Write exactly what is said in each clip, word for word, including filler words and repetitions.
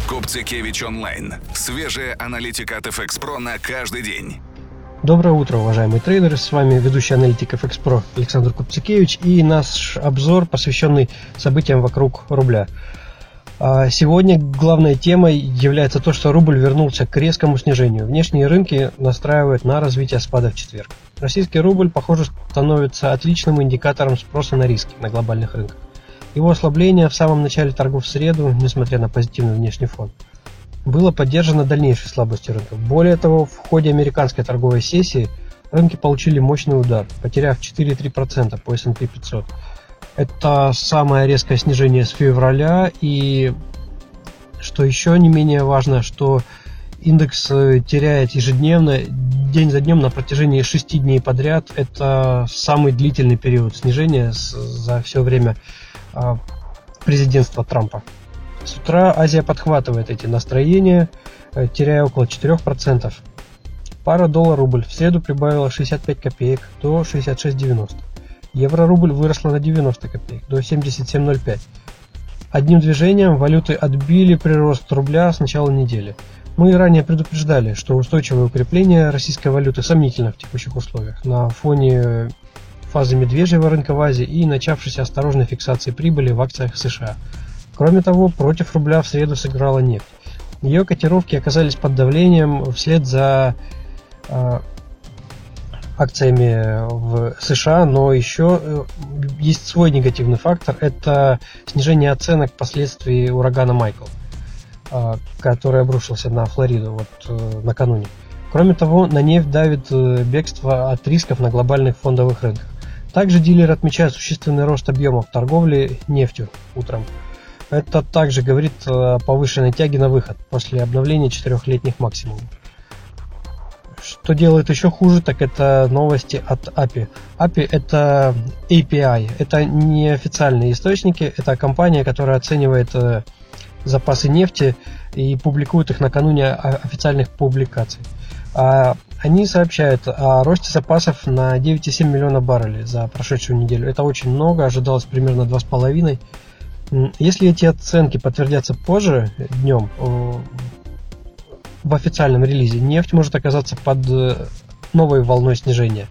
Купцикевич онлайн. Свежая аналитика от эф экс про на каждый день. Доброе утро, уважаемые трейдеры. С вами ведущий аналитик эф экс про Александр Купцикевич и наш обзор, посвященный событиям вокруг рубля. Сегодня главной темой является то, что рубль вернулся к резкому снижению. Внешние рынки настраивают на развитие спада в четверг. Российский рубль, похоже, становится отличным индикатором спроса на риски на глобальных рынках. Его ослабление в самом начале торгов в среду, несмотря на позитивный внешний фон, было поддержано дальнейшей слабостью рынка. Более того, в ходе американской торговой сессии рынки получили мощный удар, потеряв четыре целых три десятых процента по эс энд пи пятьсот. Это самое резкое снижение с февраля, и что еще не менее важно, что индекс теряет ежедневно, день за днем на протяжении шести дней подряд. Это самый длительный период снижения за все время президентства Трампа. С утра Азия подхватывает эти настроения, теряя около четырех процентов. Пара доллар-рубль в среду прибавила шестьдесят пять копеек до шестьдесят шесть девяносто. Евро-рубль выросла на девяносто копеек до семьдесят семь ноль пять. Одним движением валюты отбили прирост рубля с начала недели. Мы ранее предупреждали, что устойчивое укрепление российской валюты сомнительно в текущих условиях на фоне фазы медвежьего рынка в Азии и начавшейся осторожной фиксации прибыли в акциях США. Кроме того, против рубля в среду сыграла нефть. Ее котировки оказались под давлением вслед за э, акциями в США, но еще э, есть свой негативный фактор – это снижение оценок последствий урагана Майкл, э, который обрушился на Флориду вот, э, накануне. Кроме того, на нефть давит э, бегство от рисков на глобальных фондовых рынках. Также дилеры отмечают существенный рост объемов торговли нефтью утром. Это также говорит о повышенной тяге на выход после обновления четырехлетних максимумов. Что делает еще хуже, так это новости от эй пи ай. эй пи ай это эй пи ай, это неофициальные источники, это компания, которая оценивает запасы нефти и публикует их накануне официальных публикаций. Они сообщают о росте запасов на девять целых семь десятых миллиона баррелей за прошедшую неделю. Это очень много, ожидалось примерно два с половиной. Если эти оценки подтвердятся позже, днем, в официальном релизе, нефть может оказаться под новой волной снижения.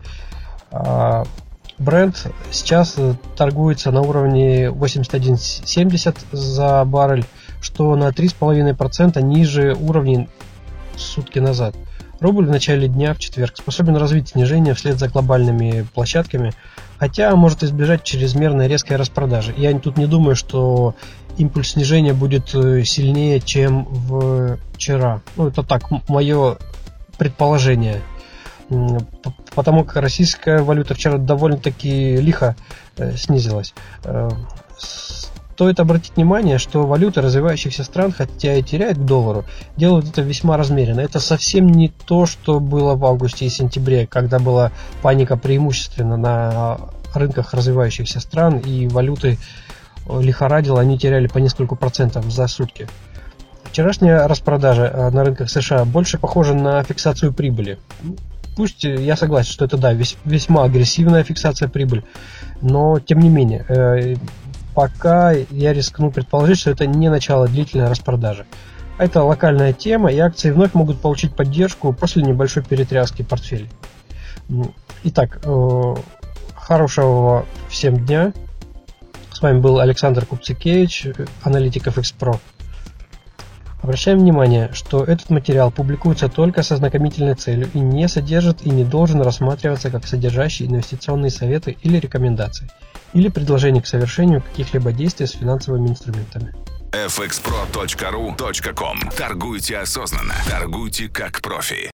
Brent сейчас торгуется на уровне восемьдесят один семьдесят за баррель, что на три целых пять десятых процента ниже уровней сутки назад. Рубль в начале дня в четверг способен развить снижение вслед за глобальными площадками, хотя может избежать чрезмерной резкой распродажи. Я тут не думаю, что импульс снижения будет сильнее, чем вчера. Ну, это так, мое предположение. Потому как российская валюта вчера довольно-таки лихо снизилась. Стоит обратить внимание, что валюты развивающихся стран, хотя и теряют к доллару, делают это весьма размеренно. Это совсем не то, что было в августе и сентябре, когда была паника преимущественно на рынках развивающихся стран, и валюты лихорадило, они теряли по несколько процентов за сутки. Вчерашняя распродажа на рынках США больше похожа на фиксацию прибыли. Пусть я согласен, что это да, весьма агрессивная фиксация прибыли, но тем не менее, пока я рискну предположить, что это не начало длительной распродажи. Это локальная тема, и акции вновь могут получить поддержку после небольшой перетряски портфелей. Итак, хорошего всем дня. С вами был Александр Купцикевич, аналитик эф экс про. Обращаем внимание, что этот материал публикуется только с ознакомительной целью и не содержит и не должен рассматриваться как содержащий инвестиционные советы или рекомендации, или предложение к совершению каких-либо действий с финансовыми инструментами. эф экс про точка ру точка ком. Торгуйте осознанно. Торгуйте как профи.